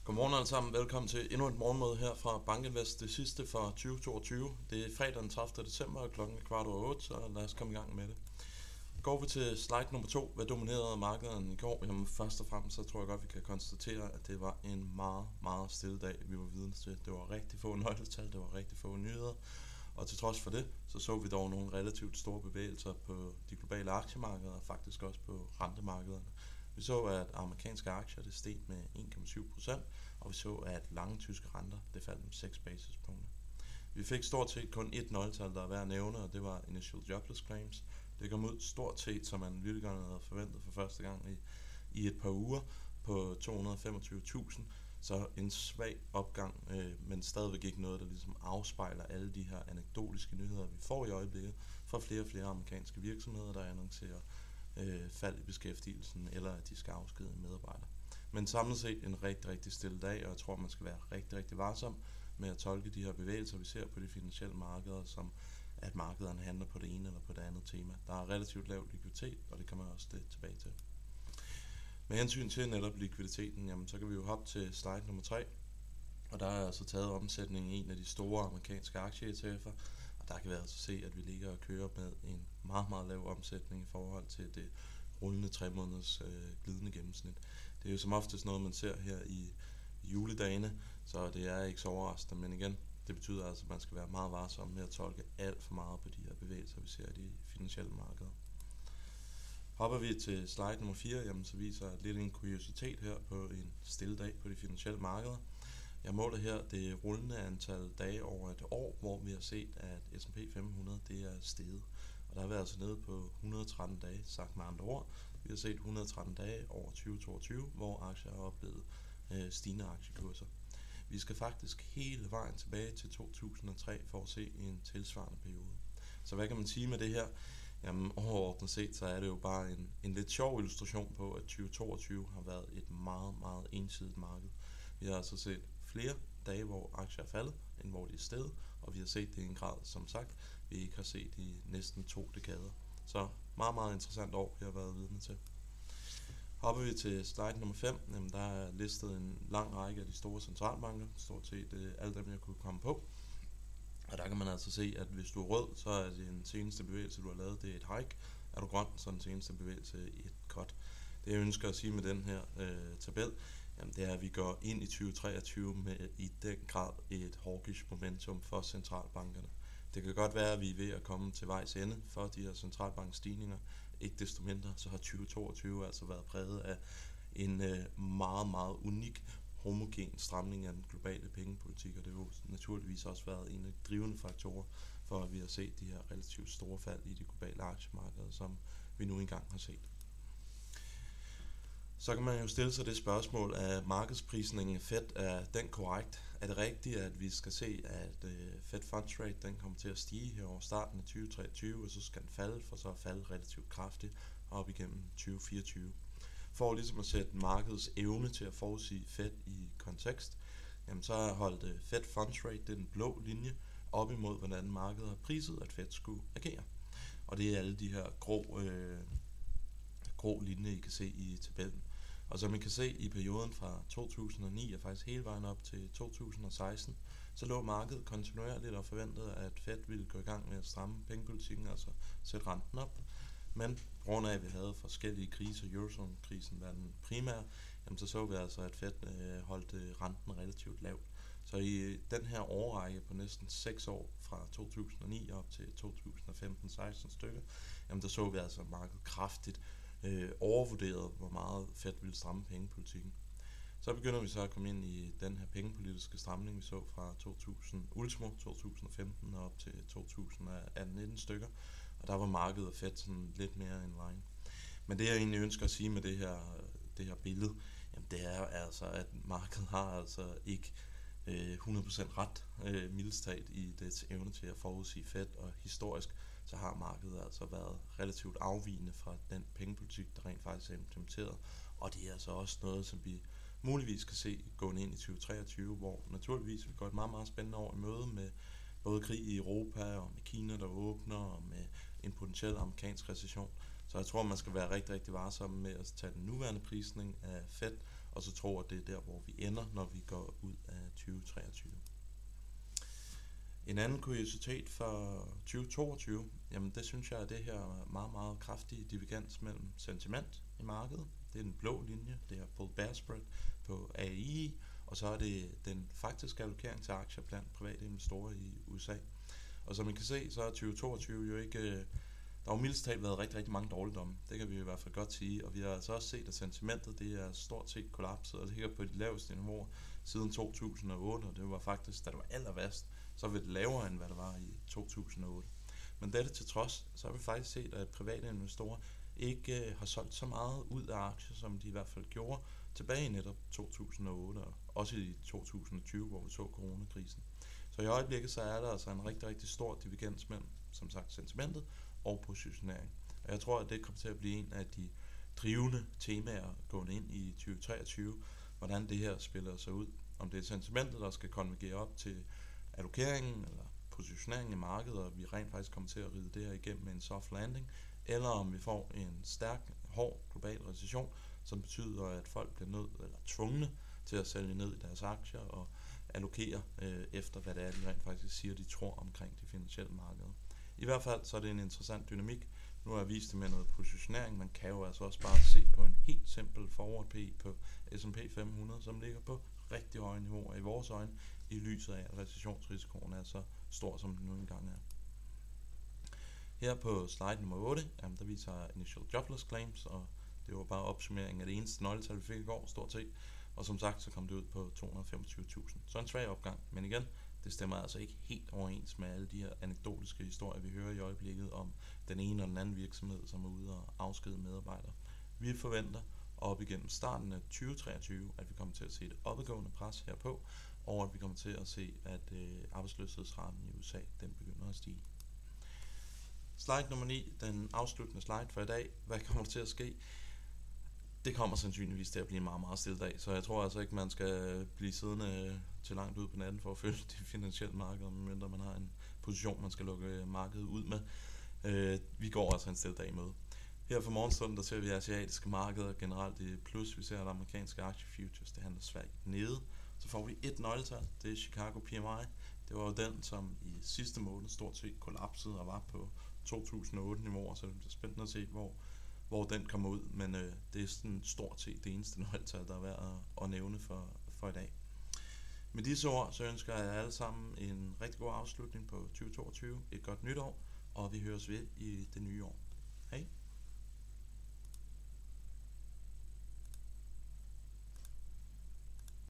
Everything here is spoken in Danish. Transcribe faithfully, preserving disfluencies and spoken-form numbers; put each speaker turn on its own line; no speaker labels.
Godmorgen alle sammen. Velkommen til endnu et morgenmøde her fra BankInvest, det sidste for tyve toogtyve. Det er fredag den tredivte december, og klokken er kvart over otte, så lad os komme i gang med det. Går vi til slide nummer to, hvad dominerede markederne i går? Jamen først og fremmest, så tror jeg godt, vi kan konstatere, at det var en meget, meget stille dag, vi var vidne til. Det var rigtig få nøgletal, det var rigtig få nyheder, og til trods for det, så så vi dog nogle relativt store bevægelser på de globale aktiemarkeder, og faktisk også på rentemarkederne. Vi så, at amerikanske aktier det steg med en komma syv procent, og vi så, at lange tyske renter det faldt med seks basispunkter. Vi fik stort set kun et nøgletal, der er værd at nævne, og det var Initial Jobless Claims. Det kom ud stort set, som analytikerne havde forventet for første gang i, i et par uger, på to hundrede og femogtyve tusind. Så en svag opgang, øh, men stadigvæk ikke noget, der ligesom afspejler alle de her anekdotiske nyheder, vi får i øjeblikket fra flere og flere amerikanske virksomheder, der annoncerer øh, fald i beskæftigelsen, eller at de skal afskedige medarbejdere. Men samlet set en rigtig, rigtig stille dag, og jeg tror, man skal være rigtig, rigtig varsom med at tolke de her bevægelser, vi ser på de finansielle markeder, som at markederne handler på det ene eller på det andet tema. Der er relativt lav likviditet, og det kommer også lidt tilbage til. Med hensyn til netop likviditeten, jamen, så kan vi jo hoppe til slide nummer tre, og der er altså taget omsætningen i en af de store amerikanske aktie-E T F'er, og der kan vi altså se, at vi ligger og kører med en meget, meget lav omsætning i forhold til det rullende tre måneders øh, glidende gennemsnit. Det er jo som oftest noget, man ser her i juledagene, så det er ikke så overraskende, men igen, det betyder altså, at man skal være meget varsom med at tolke alt for meget på de her bevægelser, vi ser i de finansielle markeder. Hopper vi til slide nummer fire, jamen, så viser jeg lidt en kuriositet her på en stille dag på de finansielle markeder. Jeg måler her det rullende antal dage over et år, hvor vi har set, at S and P fem hundrede det er steget. Og der har vi altså nede på et hundrede og tretten dage, sagt med andre ord. Vi har set et hundrede og tretten dage over tyve toogtyve, hvor aktier har oplevet øh, stigende aktiekurser. Vi skal faktisk hele vejen tilbage til to tusind og tre for at se en tilsvarende periode. Så hvad kan man sige med det her? Jamen overordnet set, så er det jo bare en, en lidt sjov illustration på, at tyve toogtyve har været et meget, meget ensidigt marked. Vi har altså set flere dage, hvor aktier er faldet, end hvor de er steget, og vi har set det i en grad, som sagt, vi ikke har set i næsten to dekader. Så meget, meget interessant år, vi har været vidne til. Hopper vi til slide nummer fem, jamen der er listet en lang række af de store centralbanker, stort set øh, alle dem, jeg kunne komme på. Og der kan man altså se, at hvis du er rød, så er det den seneste bevægelse, du har lavet, det er et hike. Er du grøn, så er den seneste bevægelse et cut. Det jeg ønsker at sige med den her øh, tabel, jamen, det er, at vi går ind i tyve treogtyve med i den grad et hawkish momentum for centralbankerne. Det kan godt være, at vi er ved at komme til vejs ende for de her centralbankstigninger. Ikke desto mindre, så har tyve toogtyve altså været præget af en øh, meget, meget unik homogen stramning af den globale pengepolitik, og det har jo naturligvis også været en af de drivende faktorer for, at vi har set de her relativt store fald i de globale aktiemarkeder, som vi nu engang har set. Så kan man jo stille sig det spørgsmål, at markedsprisningen af Fed, er den korrekt? Er det rigtigt, at vi skal se, at Fed Funds Rate den kommer til at stige her over starten af tyve treogtyve, og så skal den falde, for så at falde relativt kraftigt op igennem tyve fireogtyve? For ligesom at sætte markedets evne til at forudsige Fed i kontekst, jamen så har holdt Fed Funds Rate, det er den blå linje, op imod hvordan markedet har priset, at Fed skulle agere. Og det er alle de her grå, øh, grå linjer, I kan se i tabellen. Og som I kan se i perioden fra to tusind og ni og faktisk hele vejen op til to tusind og seksten, så lå markedet kontinuerligt og forventede, at Fed ville gå i gang med at stramme pengepolitikken, altså sætte renten op. Men på grund af, at vi havde forskellige kriser, Eurozone-krisen var den primære, jamen så så vi altså, at Fed øh, holdt øh, renten relativt lavt. Så i den her årrække på næsten seks år, fra to tusind og ni op til to tusind og femten seksten stykker, jamen der så vi altså, at markedet kraftigt øh, overvurderet, hvor meget Fed ville stramme pengepolitikken. Så begynder vi så at komme ind i den her pengepolitiske stramning, vi så fra to tusind, ultimo to tusind og femten og op til to tusind og atten nitten stykker, og der var markedet og Fed sådan lidt mere in line. Men det jeg egentlig ønsker at sige med det her, det her billede, jamen det er altså, at markedet har altså ikke øh, hundrede procent ret øh, mildest talt i dets evne til at forudsige Fed, og historisk så har markedet altså været relativt afvigende fra den pengepolitik, der rent faktisk er implementeret, og det er altså også noget, som vi muligvis kan se gående ind i tyve treogtyve, hvor naturligvis vi går et meget, meget spændende år i møde med både krig i Europa og med Kina, der åbner, og med en potentiel amerikansk recession. Så jeg tror, man skal være rigtig, rigtig varsom med at tage den nuværende prisning af Fed og så tro, at det er der, hvor vi ender, når vi går ud af tyve treogtyve. En anden kuriositet for tyve toogtyve, jamen det synes jeg er det her meget, meget kraftige divergens mellem sentiment i markedet. Det er den blå linje, det er Bull Bear Spread på A I I, og så er det den faktiske allokering til aktier blandt private investorer i U S A. Og som I kan se, så er tyve toogtyve jo ikke... Der har jo mildest talt været rigtig, rigtig mange dårligdomme. Det kan vi i hvert fald godt sige. Og vi har altså også set, at sentimentet det er stort set kollapset og ligger på de laveste niveauer siden to tusind og otte. Og det var faktisk, da det var aller værst, så var det lavere, end hvad det var i to tusind og otte. Men dette til trods, så har vi faktisk set, at private investorer ikke øh, har solgt så meget ud af aktier, som de i hvert fald gjorde tilbage i netop to tusind og otte, og også i to tusind og tyve, hvor vi så coronakrisen. Så i øjeblikket så er der altså en rigtig, rigtig stor divergens mellem, som sagt, sentimentet og positionering. Og jeg tror, at det kommer til at blive en af de drivende temaer gående ind i tyve treogtyve, hvordan det her spiller sig ud. Om det er sentimentet, der skal konvergere op til allokeringen eller positioneringen i markedet, og vi rent faktisk kommer til at ride det her igennem med en soft landing, eller om vi får en stærk, hård global recession, som betyder, at folk bliver nødt eller tvungne til at sælge ned i deres aktier og allokere øh, efter, hvad det er, de rent faktisk siger, de tror omkring de finansielle markeder. I hvert fald så er det en interessant dynamik. Nu har jeg vist det med noget positionering. Man kan jo altså også bare se på en helt simpel forward P på S and P fem hundrede, som ligger på rigtig høje niveauer i vores øjne, i lyset af, at recessionsrisikoen er så stor, som den nu engang er. Her på slide nummer otte, jamen, der viser Initial Jobless Claims, og det var bare opsummering af det eneste nøgletal, vi fik i går, stort set. Og som sagt, så kom det ud på to hundrede og femogtyve tusind. Så en svag opgang, men igen, det stemmer altså ikke helt overens med alle de her anekdotiske historier, vi hører i øjeblikket om den ene og den anden virksomhed, som er ude og afskede medarbejdere. Vi forventer op igennem starten af tyve treogtyve, at vi kommer til at se et opadgående pres herpå, og at vi kommer til at se, at øh, arbejdsløshedsraten i U S A, den begynder at stige. Slide nummer ni, den afsluttende slide for i dag. Hvad kommer der til at ske? Det kommer sandsynligvis til at blive en meget, meget stille dag, så jeg tror altså ikke, man skal blive siddende til langt ud på natten for at følge de finansielle markeder, medmindre man har en position, man skal lukke markedet ud med. Øh, vi går altså en stille dag i møde. Her for morgenstunden, der ser vi asiatiske markeder generelt i plus. Vi ser, at amerikanske aktiefutures, det handler svagt nede. Så får vi et nøgletal, det er Chicago P M I. Det var jo den, som i sidste måned stort set kollapsede og var på to tusind og otte niveauer, så det bliver spændende at se, hvor hvor den kommer ud, men øh, det er sådan stort set det eneste nøgletal, der er værd at, at nævne for, for i dag. Med disse ord, så ønsker jeg alle sammen en rigtig god afslutning på tyve toogtyve, et godt nytår, og vi høres ved i det nye år.